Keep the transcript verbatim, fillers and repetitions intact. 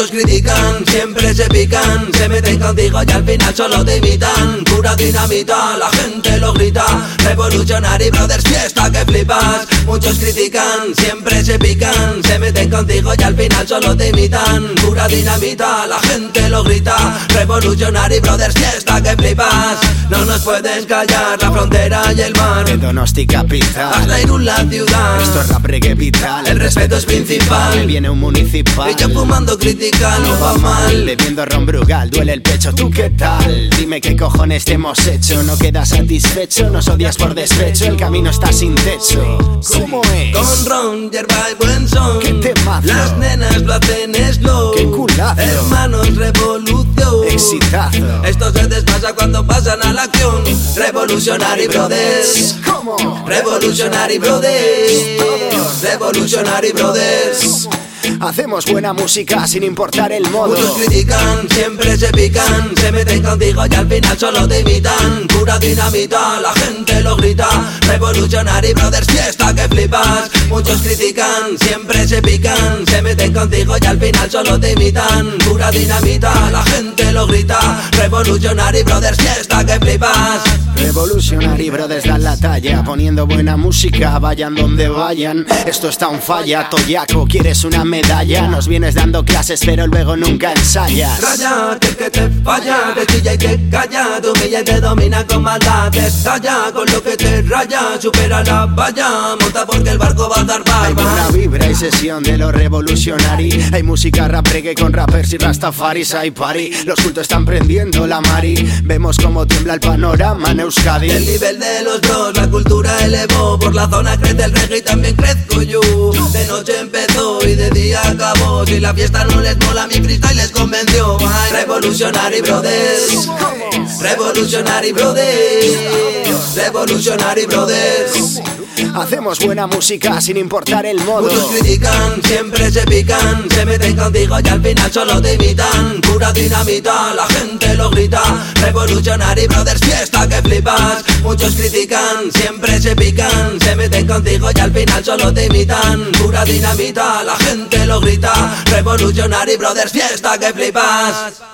Muchos critican, siempre se pican, se meten contigo y al final solo te imitan. Pura dinamita, la gente lo grita. Revolutionary Brothers, fiesta que flipas. Muchos critican, siempre se pican, se meten contigo y al final solo te imitan. Pura dinamita, la gente lo grita. Revolutionary Brothers, fiesta que flipas. No nos puedes callar, la frontera y el mar. De Donosti capital hasta Irún la ciudad. Esto es rap reggae vital. El respeto es principal. Me viene un municipal y yo fumando crítica, no va mal. Bebiendo ron Brugal, duele el pecho, ¿tú qué tal? Dime qué cojones te hemos hecho. No quedas satisfecho, nos odias por despecho. El camino está sin techo. ¿Cómo es? Con ron, hierba y buen son. ¿Qué temazo? Las nenas lo hacen slow. ¡Qué culazo! Hermanos, revolución. Exitazo. Esto se despasa cuando pasan a la acción. Revolutionary Brothers. ¿Cómo? Revolutionary Brothers. Todos. Revolutionary Brothers. Hacemos buena música sin importar el modo. Muchos critican, siempre se pican, se meten contigo y al final solo te imitan. Pura dinamita, la gente lo grita. Revolutionary Brothers, fiesta que flipas. Muchos critican, siempre se pican, se meten contigo y al final solo te imitan. Pura dinamita, la gente lo grita. Revolutionary Brothers, fiesta que flipas. Revolutionary Brothers dan la talla, poniendo buena música, vayan donde vayan. Esto está un falla, Toyaco, ¿quieres una medalla? Nos vienes dando clases pero luego nunca ensayas. Raya, que que te falla, te chilla y te calla. Tu humilla y te domina con maldad, te estalla. Con lo que te raya, supera la valla. Monta porque el barco va a dar bye. Hay buena vibra y sesión de lo revolutionary. Hay música rap reggae con rappers y rastafaris. Hay party, los cultos están prendiendo la mari. Vemos cómo tiembla el panorama en Euskadi. El nivel de los bros, la cultura elevó. Por la zona crece el reggae y también crezco yo. De noche empezó y de día acabó. Si la fiesta no les mola, mi freestyle les convenció. Ay, Revolutionary Brothers. Revolutionary Brothers. Revolutionary Brothers. Hacemos buena música sin importar el modo. Muchos critican, siempre se pican, se meten contigo y al final solo te imitan. Pura dinamita, la gente lo grita. Revolutionary Brothers, fiesta que flipas. Muchos critican, siempre se pican, se meten contigo y al final solo te imitan. Pura dinamita, la gente lo grita. Revolutionary Brothers, fiesta que flipas.